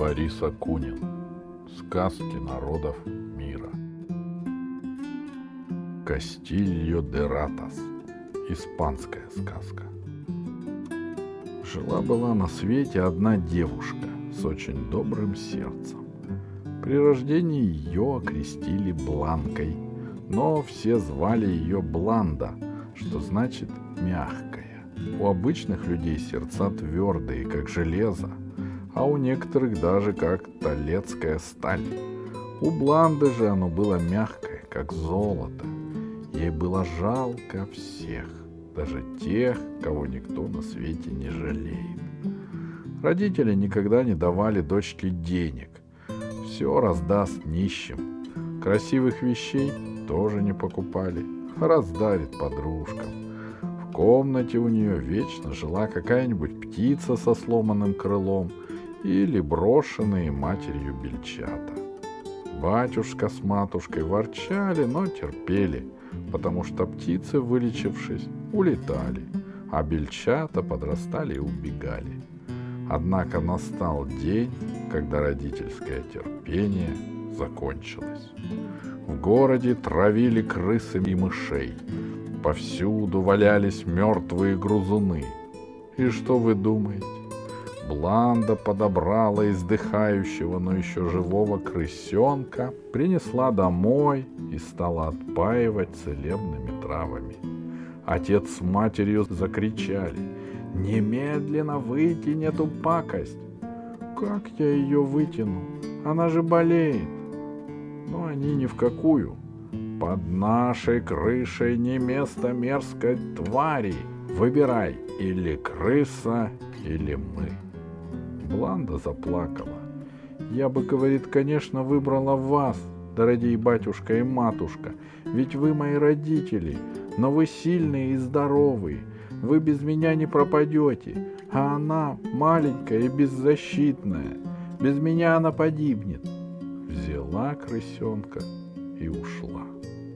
Борис Акунин. Сказки народов мира. Кастильо де Ратас. Испанская сказка. Жила-была на свете одна девушка с очень добрым сердцем. При рождении ее окрестили Бланкой, но все звали ее Бланда, что значит мягкая. У обычных людей сердца твердые, как железо, а у некоторых даже как толецкая сталь. У Бланды же оно было мягкое, как золото. Ей было жалко всех, даже тех, кого никто на свете не жалеет. Родители никогда не давали дочке денег. Все раздаст нищим. Красивых вещей тоже не покупали, раздарит подружкам. В комнате у нее вечно жила какая-нибудь птица со сломанным крылом или брошенные матерью бельчата. Батюшка с матушкой ворчали, но терпели, потому что птицы, вылечившись, улетали, а бельчата подрастали и убегали. Однако настал день, когда родительское терпение закончилось. В городе травили крысы и мышей. Повсюду валялись мертвые грызуны. И что вы думаете? Бланда подобрала издыхающего, но еще живого крысенка, принесла домой и стала отпаивать целебными травами. Отец с матерью закричали: «Немедленно вытяни эту пакость!» «Как я ее вытяну? Она же болеет!» Но они ни в какую. «Под нашей крышей не место мерзкой твари. Выбирай, или крыса, или мы». Бланда заплакала. «Я бы, — говорит, — конечно, выбрала вас, дорогие батюшка и матушка, ведь вы мои родители, но вы сильные и здоровые, вы без меня не пропадете, а она маленькая и беззащитная, без меня она погибнет». Взяла крысенка и ушла.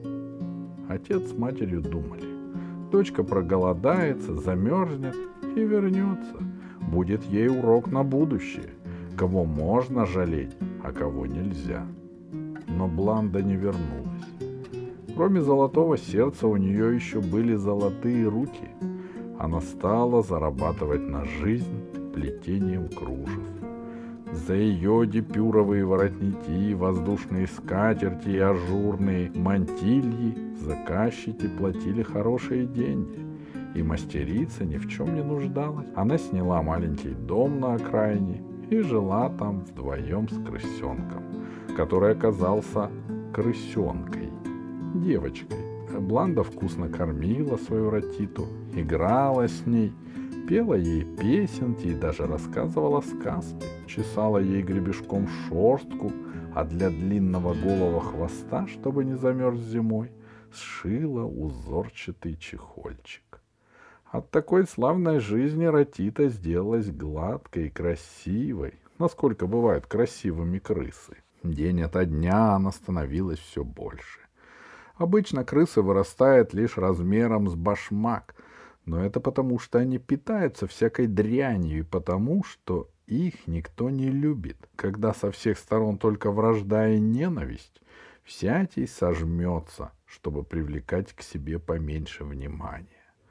Отец с матерью думали: дочка проголодается, замерзнет и вернется. Будет ей урок на будущее, кого можно жалеть, а кого нельзя. Но Бланда не вернулась. Кроме золотого сердца у нее еще были золотые руки. Она стала зарабатывать на жизнь плетением кружев. За ее дипюровые воротники, воздушные скатерти и ажурные мантильи заказчики платили хорошие деньги, и мастерица ни в чем не нуждалась. Она сняла маленький дом на окраине и жила там вдвоем с крысенком, который оказался крысенкой, девочкой. Бланда вкусно кормила свою Ратиту, играла с ней, пела ей песенки и даже рассказывала сказки, чесала ей гребешком шерстку, а для длинного голого хвоста, чтобы не замерз зимой, сшила узорчатый чехольчик. От такой славной жизни Ратита сделалась гладкой и красивой, насколько бывают красивыми крысы. День ото дня она становилась все больше. Обычно крысы вырастают лишь размером с башмак, но это потому, что они питаются всякой дрянью и потому, что их никто не любит. Когда со всех сторон только вражда и ненависть, всякий сожмется, чтобы привлекать к себе поменьше внимания.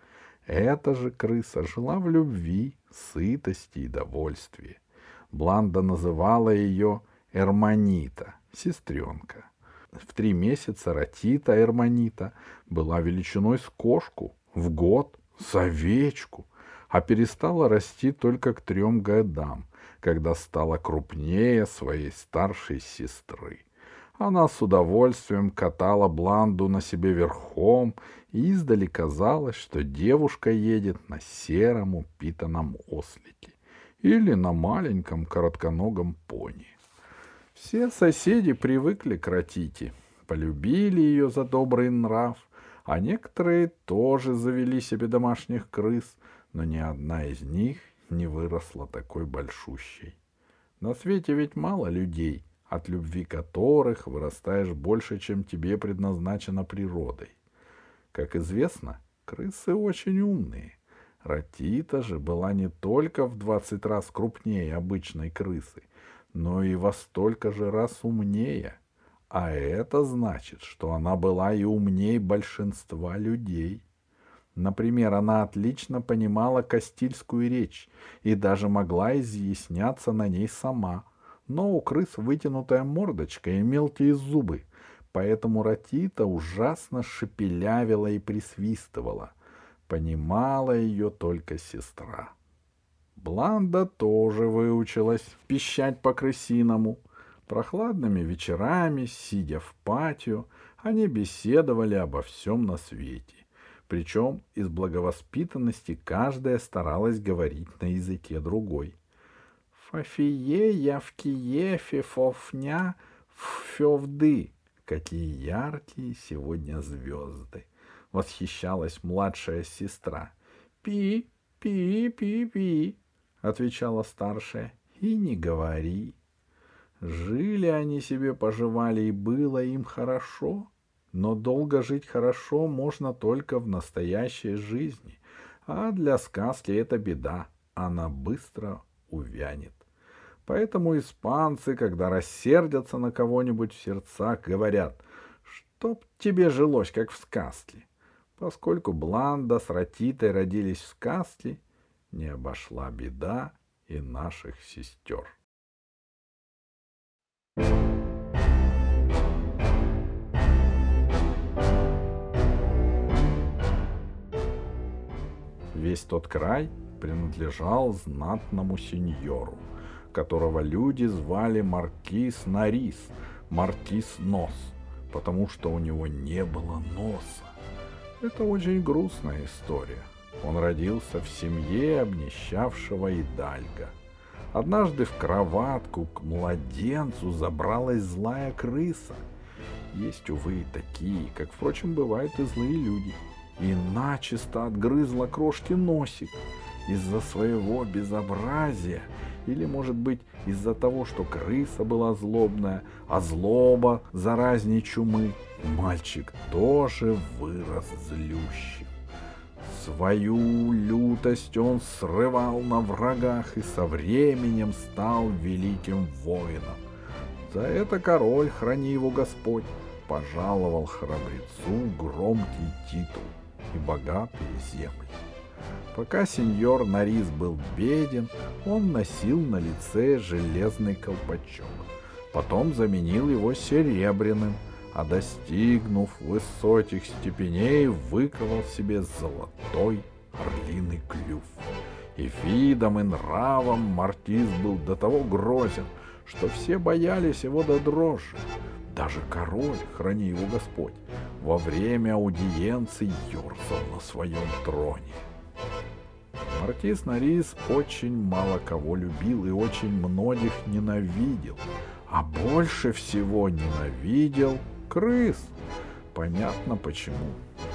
Эта же крыса жила в любви, сытости и довольстве. Бланда называла ее Эрманита, сестренка. В 3 месяца Ратита Эрманита была величиной с кошку, в год с овечку, а перестала расти только к 3 годам, когда стала крупнее своей старшей сестры. Она с удовольствием катала Бланду на себе верхом, и издали казалось, что девушка едет на сером упитанном ослике или на маленьком коротконогом пони. Все соседи привыкли к Ратите, полюбили ее за добрый нрав, а некоторые тоже завели себе домашних крыс, но ни одна из них не выросла такой большущей. На свете ведь мало людей, от любви которых вырастаешь больше, чем тебе предназначено природой. Как известно, крысы очень умные. Ратита же была не только в 20 раз крупнее обычной крысы, но и во столько же раз умнее. А это значит, что она была и умней большинства людей. Например, она отлично понимала кастильскую речь и даже могла изъясняться на ней сама. Но у крыс вытянутая мордочка и мелкие зубы, поэтому Ратита ужасно шепелявила и присвистывала. Понимала ее только сестра. Бланда тоже выучилась пищать по-крысиному. Прохладными вечерами, сидя в патио, они беседовали обо всем на свете. Причем из благовоспитанности каждая старалась говорить на языке другой. «Фафие, явкие, фефофня, февды». Какие яркие сегодня звезды! — восхищалась младшая сестра. «Пи, пи, пи, пи», — отвечала старшая. «И не говори». Жили они себе, поживали, и было им хорошо. Но долго жить хорошо можно только в настоящей жизни. А для сказки это беда. Она быстро увянет. Поэтому испанцы, когда рассердятся на кого-нибудь в сердцах, говорят: «Чтоб тебе жилось, как в сказке». Поскольку Бланда с Ратитой родились в сказке, не обошла беда и наших сестер. Весь тот край принадлежал знатному сеньору, которого люди звали Маркиз Нарис, Маркиз Нос, потому что у него не было носа. Это очень грустная история. Он родился в семье обнищавшего идальга. Однажды в кроватку к младенцу забралась злая крыса. Есть, увы, и такие, как, впрочем, бывают и злые люди. И начисто отгрызла крошке носик. Из-за своего безобразия, или, может быть, из-за того, что крыса была злобная, а злоба заразней чумы, мальчик тоже вырос злющим. Свою лютость он срывал на врагах и со временем стал великим воином. За это король, храни его Господь, пожаловал храбрецу громкий титул и богатые земли. Пока сеньор Нарис был беден, он носил на лице железный колпачок. Потом заменил его серебряным, а достигнув высоких степеней, выковал себе золотой орлиный клюв. И видом, и нравом Маркиз был до того грозен, что все боялись его до дрожи. Даже король, храни его Господь, во время аудиенции ерзал на своем троне. Маркиз Нарис очень мало кого любил и очень многих ненавидел, а больше всего ненавидел крыс. Понятно почему.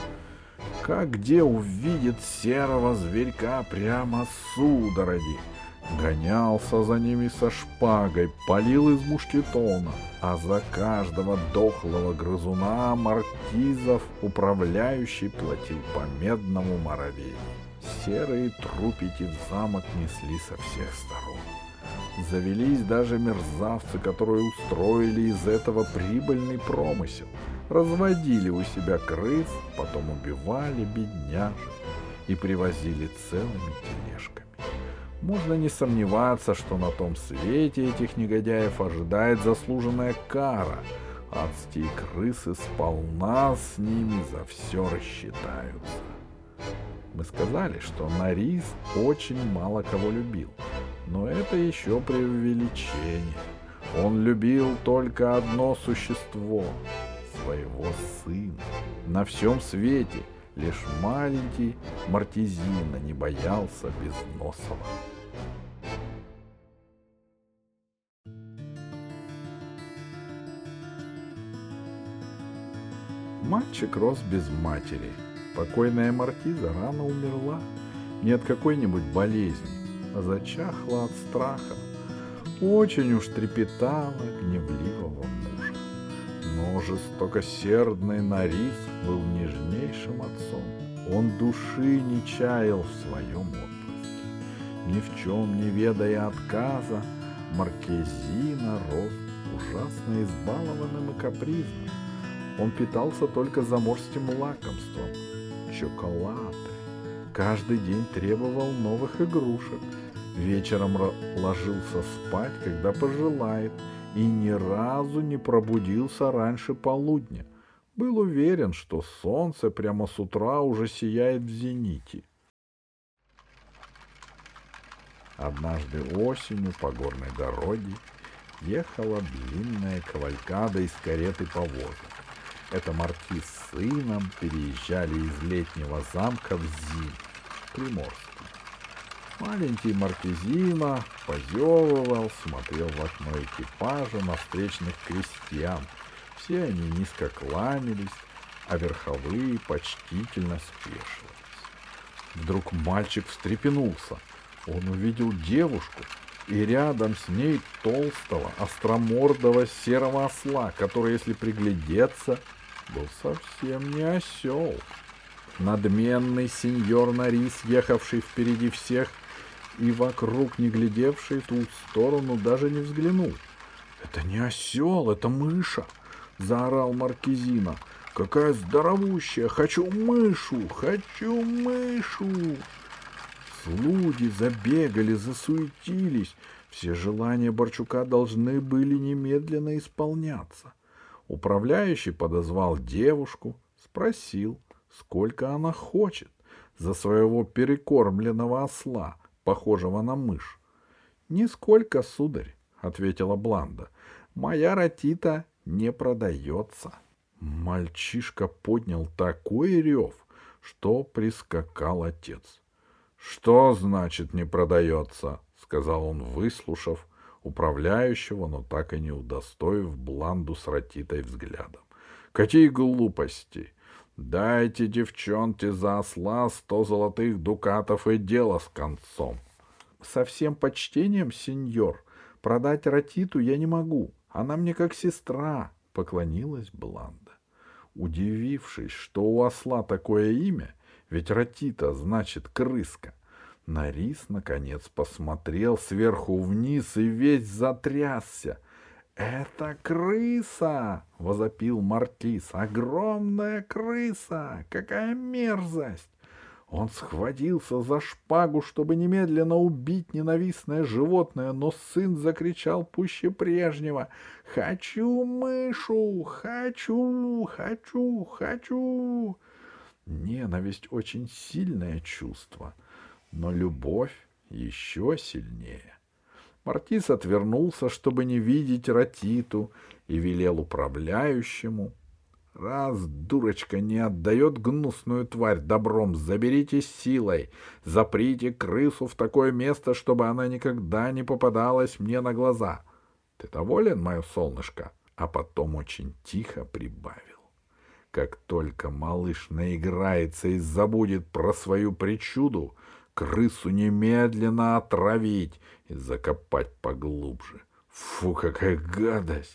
Как где увидит серого зверька, прямо судороги. Гонялся за ними со шпагой, палил из мушкетона, а за каждого дохлого грызуна маркизов управляющий платил по медному моровею. Серые трупики в замок несли со всех сторон. Завелись даже мерзавцы, которые устроили из этого прибыльный промысел. Разводили у себя крыс, потом убивали бедняжек и привозили целыми тележками. Можно не сомневаться, что на том свете этих негодяев ожидает заслуженная кара. Адские крысы сполна с ними за все рассчитаются. Мы сказали, что Нарис очень мало кого любил, но это еще преувеличение. Он любил только одно существо — своего сына. На всем свете лишь маленький Мартезина не боялся Безносого. Мальчик рос без матери. Покойная Маркиза рано умерла. Не от какой-нибудь болезни, а зачахла от страха. Очень уж трепетала гневливого мужа. Но жестокосердный Нарис был нежнейшим отцом. Он души не чаял в своем отпрыске. Ни в чем не ведая отказа, Маркезина рос ужасно избалованным и капризным. Он питался только заморским лакомством — чоколады. Каждый день требовал новых игрушек. Вечером ложился спать, когда пожелает, и ни разу не пробудился раньше полудня. Был уверен, что солнце прямо с утра уже сияет в зените. Однажды осенью по горной дороге ехала длинная кавалькада из карет и повозок. Это Маркиз с сыном переезжали из летнего замка в Зим, Приморский. Маленький Маркезина позевывал, смотрел в окно экипажа на встречных крестьян. Все они низко кланялись, а верховые почтительно спешивались. Вдруг мальчик встрепенулся. Он увидел девушку и рядом с ней толстого, остромордого серого осла, который, если приглядеться, был совсем не осел. Надменный сеньор Норис, ехавший впереди всех и вокруг не глядевший в ту сторону, даже не взглянул. — Это не осел, это мыша! — заорал Маркезина. — Какая здоровущая! Хочу мышу! Хочу мышу! Слуги забегали, засуетились. Все желания Борчука должны были немедленно исполняться. Управляющий подозвал девушку, спросил, сколько она хочет за своего перекормленного осла, похожего на мышь. — Нисколько, сударь, — ответила Бланда. — Моя Ратита не продается. Мальчишка поднял такой рев, что прискакал отец. — Что значит не продается? — сказал он, выслушав управляющего, но так и не удостоив Бланду с Ратитой взглядом. — Какие глупости! Дайте девчонке за осла 100 золотых дукатов и дело с концом. — Со всем почтением, сеньор, продать Ратиту я не могу. Она мне как сестра, — поклонилась Бланда. Удивившись, что у осла такое имя, ведь Ратита значит крыска, Норис, наконец, посмотрел сверху вниз и весь затрясся. — Это крыса! — возопил Маркиз. — Огромная крыса! Какая мерзость! Он схватился за шпагу, чтобы немедленно убить ненавистное животное, но сын закричал пуще прежнего: — Хочу мышу! Хочу! Хочу! Хочу! Ненависть — очень сильное чувство, но любовь еще сильнее. Маркиз отвернулся, чтобы не видеть Ратиту, и велел управляющему: — Раз дурочка не отдает гнусную тварь добром, заберите силой, заприте крысу в такое место, чтобы она никогда не попадалась мне на глаза. Ты доволен, мое солнышко? А потом очень тихо прибавил: — Как только малыш наиграется и забудет про свою причуду, крысу немедленно отравить и закопать поглубже. Фу, какая гадость!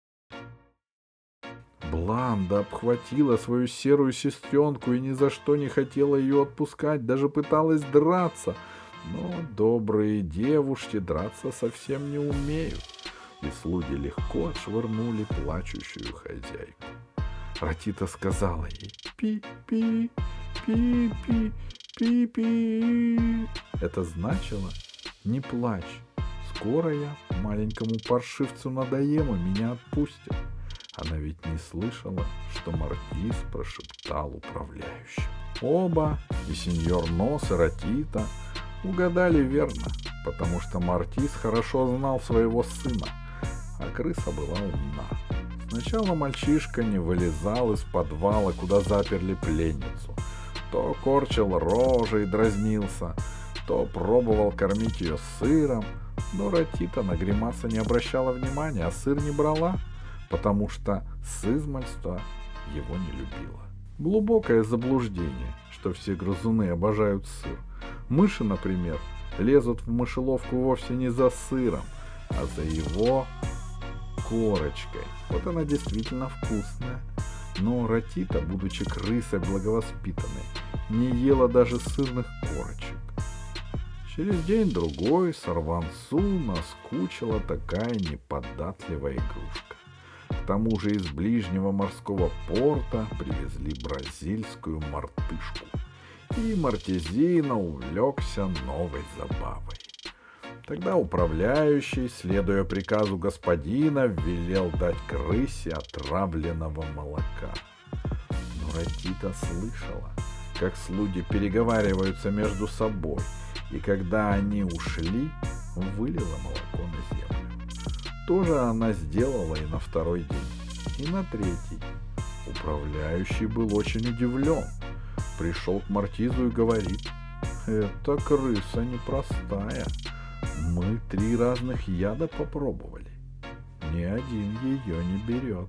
Бланда обхватила свою серую сестренку и ни за что не хотела ее отпускать, даже пыталась драться. Но добрые девушки драться совсем не умеют, и слуги легко отшвырнули плачущую хозяйку. Ратита сказала ей: «Пи-пи, пи-пи, пи-пи». Это значило: «Не плачь, скоро я маленькому паршивцу надоем, и меня отпустят». Она ведь не слышала, что Маркиз прошептал управляющему. Оба, и сеньор Нос, и Ратита, угадали верно, потому что Маркиз хорошо знал своего сына, а крыса была умна. Сначала мальчишка не вылезал из подвала, куда заперли пленницу. То корчил рожи и дразнился, то пробовал кормить ее сыром, но Ратита на гримасы не обращала внимания, а сыр не брала, потому что с измальства его не любила. Глубокое заблуждение, что все грызуны обожают сыр. Мыши, например, лезут в мышеловку вовсе не за сыром, а за его корочкой. Вот она действительно вкусная. Но Ратита, будучи крысой благовоспитанной, не ела даже сырных корочек. Через день-другой сорванцу наскучила такая неподатливая игрушка. К тому же из ближнего морского порта привезли бразильскую мартышку, и Мартезина увлекся новой забавой. Тогда управляющий, следуя приказу господина, велел дать крысе отравленного молока. Но Ратита слышала, как слуги переговариваются между собой, и когда они ушли, вылила молоко на землю. То же она сделала и на второй день, и на третий. Управляющий был очень удивлен. Пришел к Мартизу и говорит: «Эта крыса непростая. Мы 3 разных яда попробовали. Ни один ее не берет».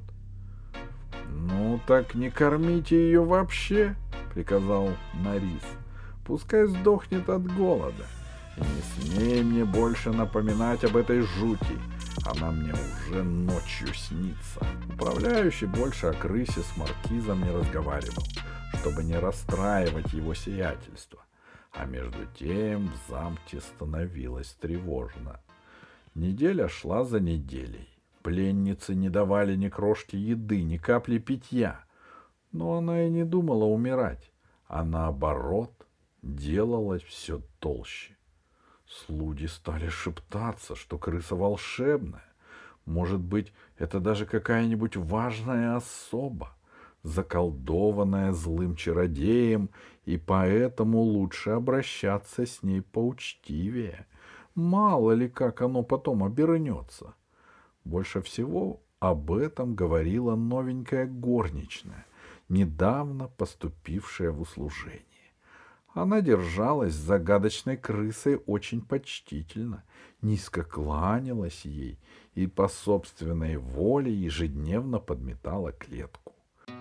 «Ну так не кормите ее вообще», — приказал Нарис. «Пускай сдохнет от голода. И не смей мне больше напоминать об этой жути. Она мне уже ночью снится». Управляющий больше о крысе с маркизом не разговаривал, чтобы не расстраивать его сиятельство. А между тем в замке становилось тревожно. Неделя шла за неделей. Пленницы не давали ни крошки еды, ни капли питья. Но она и не думала умирать, а наоборот делалась все толще. Слуги стали шептаться, что крыса волшебная. Может быть, это даже какая-нибудь важная особа, заколдованная злым чародеем, и поэтому лучше обращаться с ней поучтивее. Мало ли, как оно потом обернется. Больше всего об этом говорила новенькая горничная, недавно поступившая в услужение. Она держалась с загадочной крысой очень почтительно, низко кланялась ей и по собственной воле ежедневно подметала клетку.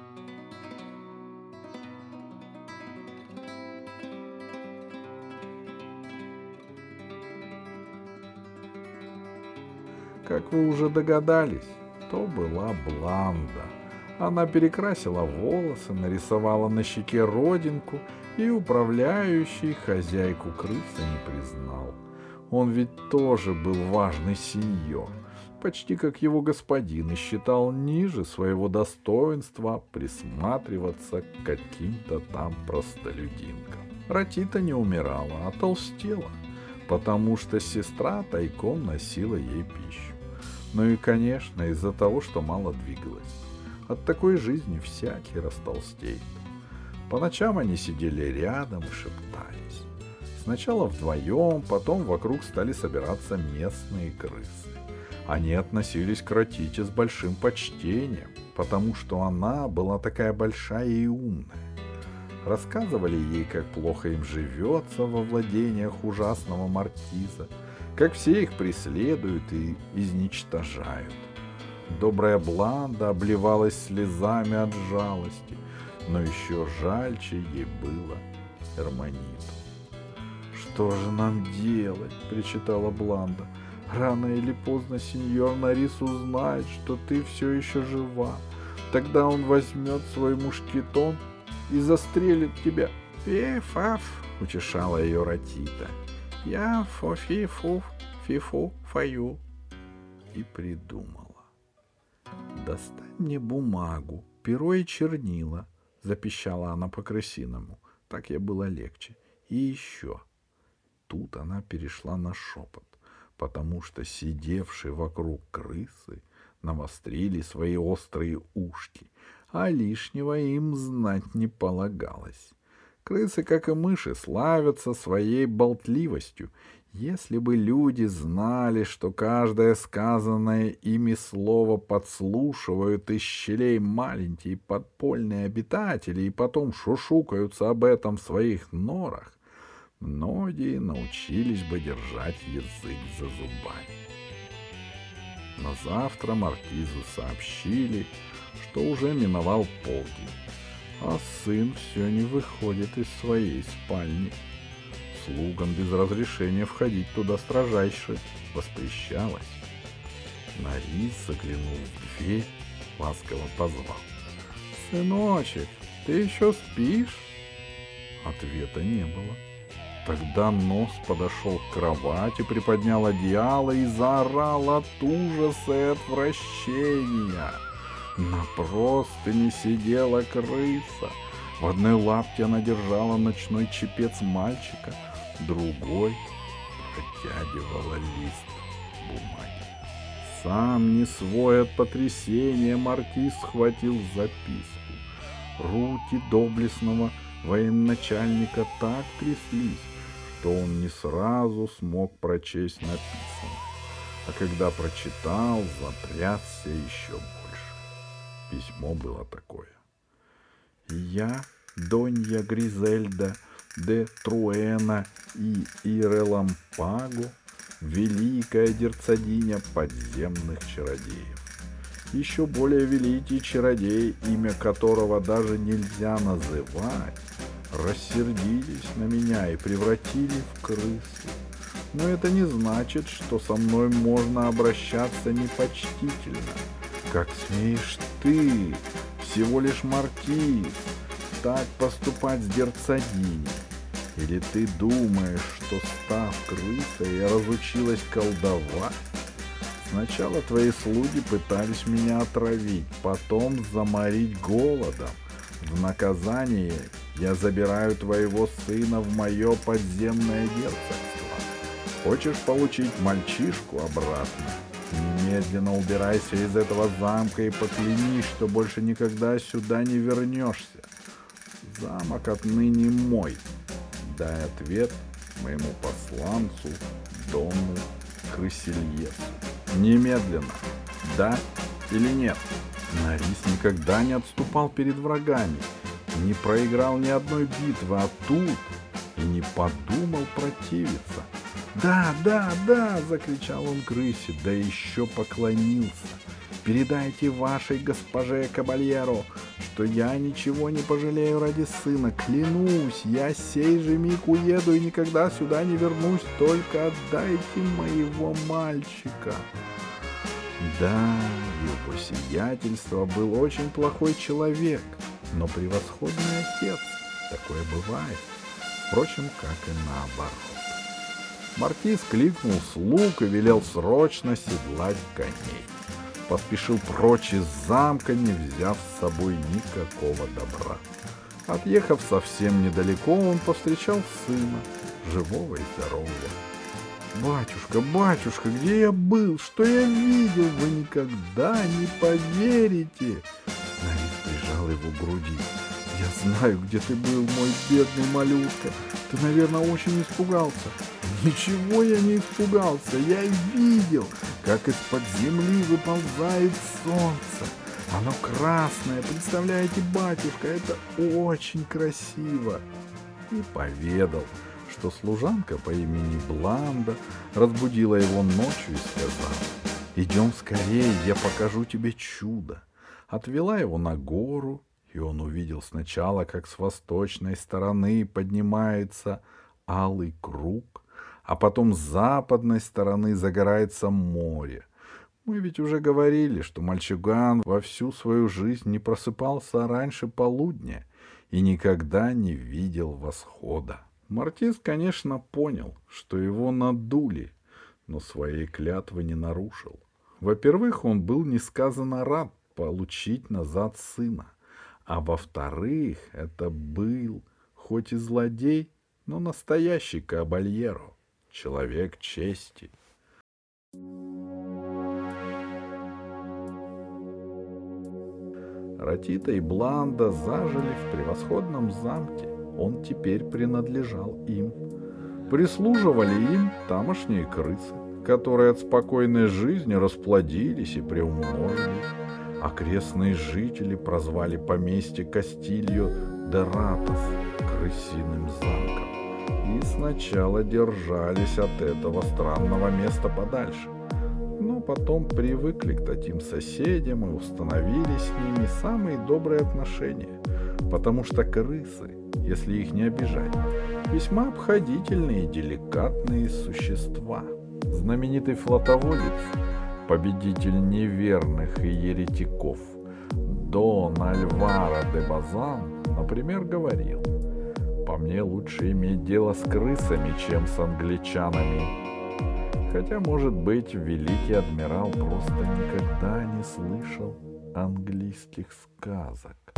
Как вы уже догадались, то была Бланда. Она перекрасила волосы, нарисовала на щеке родинку, и управляющий хозяйку крысы не признал. Он ведь тоже был важный сеньор, почти как его господин, и считал ниже своего достоинства присматриваться к каким-то там простолюдинкам. Ратита не умирала, а толстела, потому что сестра тайком носила ей пищу. Ну и, конечно, из-за того, что мало двигалась. От такой жизни всякий растолстеет. По ночам они сидели рядом и шептались. Сначала вдвоем, потом вокруг стали собираться местные крысы. Они относились к Ратите с большим почтением, потому что она была такая большая и умная. Рассказывали ей, как плохо им живется во владениях ужасного маркиза, как все их преследуют и изничтожают. Добрая Бланда обливалась слезами от жалости, но еще жальче ей было Эрмониту. «Что же нам делать?» — причитала Бланда. «Рано или поздно сеньор Нарис узнает, что ты все еще жива. Тогда он возьмет свой мушкетон и застрелит тебя». «Фи-фаф», — утешала ее Ратита. «Я фо-фи-фу, фи-фу-фаю». И придумала. «Достань мне бумагу, перо и чернила», — запищала она по-крысиному. Так ей было легче. «И еще». Тут она перешла на шепот, потому что сидевшие вокруг крысы навострили свои острые ушки, а лишнего им знать не полагалось. Крысы, как и мыши, славятся своей болтливостью. Если бы люди знали, что каждое сказанное ими слово подслушивают из щелей маленькие подпольные обитатели и потом шушукаются об этом в своих норах, многие научились бы держать язык за зубами. На завтра маркизу сообщили, что уже миновал полдень, а сын все не выходит из своей спальни. Слугам без разрешения входить туда строжайше воспрещалось. Нарис заглянул в дверь, ласково позвал: «Сыночек, ты еще спишь?» Ответа не было. Тогда Нос подошел к кровати, приподнял одеяло и заорал от ужаса и отвращения. На простыне сидела крыса. В одной лапке она держала ночной чепец мальчика, другой протягивала лист бумаги. Сам не свой от потрясения, Маркиз схватил записку. Руки доблестного военачальника так тряслись, что он не сразу смог прочесть написанное, а когда прочитал, затрясся еще больше. Письмо было такое: «Я, Донья Гризельда де Труэна и Ирелампаго, великая герцогиня подземных чародеев. Еще более великий чародей, имя которого даже нельзя называть, рассердились на меня и превратили в крысу. Но это не значит, что со мной можно обращаться непочтительно. Как смеешь ты, всего лишь маркиз, так поступать с герцогиней? Или ты думаешь, что, став крысой, я разучилась колдовать? Сначала твои слуги пытались меня отравить, потом заморить голодом. В наказание я забираю твоего сына в мое подземное герцогство. Хочешь получить мальчишку обратно? Немедленно убирайся из этого замка и поклянись, что больше никогда сюда не вернешься. Замок отныне мой. Дай ответ моему посланцу Дону Крысильесу. Немедленно. Да или нет?» Норис никогда не отступал перед врагами, не проиграл ни одной битвы, а тут и не подумал противиться. «Да, да, да!» — закричал он крысе, да еще поклонился. «Передайте вашей госпоже Кабальеро, что я ничего не пожалею ради сына. Клянусь, я сей же миг уеду и никогда сюда не вернусь, только отдайте моего мальчика». Да, его сиятельство был очень плохой человек, но превосходный отец. Такое бывает. Впрочем, как и наоборот. Маркиз кликнул слуг и велел срочно седлать коней. Поспешил прочь из замка, не взяв с собой никакого добра. Отъехав совсем недалеко, он повстречал сына, живого и здорового. «Батюшка, батюшка, где я был? Что я видел? Вы никогда не поверите!» Норис прижал его к груди. «Я знаю, где ты был, мой бедный малютка. Ты, наверное, очень испугался». «Ничего я не испугался. Я видел, как из-под земли выползает солнце. Оно красное. Представляете, батюшка, это очень красиво». И поведал, что служанка по имени Бланда разбудила его ночью и сказала: «Идем скорее, я покажу тебе чудо». Отвела его на гору, и он увидел сначала, как с восточной стороны поднимается алый круг, а потом с западной стороны загорается море. Мы ведь уже говорили, что мальчуган во всю свою жизнь не просыпался раньше полудня и никогда не видел восхода. Маркиз, конечно, понял, что его надули, но своей клятвы не нарушил. Во-первых, он был несказанно рад получить назад сына, а во-вторых, это был, хоть и злодей, но настоящий кабальеро, человек чести. Ратита и Бланда зажили в превосходном замке. Он теперь принадлежал им. Прислуживали им тамошние крысы, которые от спокойной жизни расплодились и приумножились. Окрестные жители прозвали поместье Кастильо де Ратос крысиным замком и сначала держались от этого странного места подальше, но потом привыкли к таким соседям и установили с ними самые добрые отношения, потому что крысы, если их не обижать, весьма обходительные и деликатные существа. Знаменитый флотоводец, победитель неверных и еретиков Дон Альваро де Базан, например, говорил: По мне лучше иметь дело с крысами, чем с англичанами. Хотя, может быть, великий адмирал просто никогда не слышал английских сказок.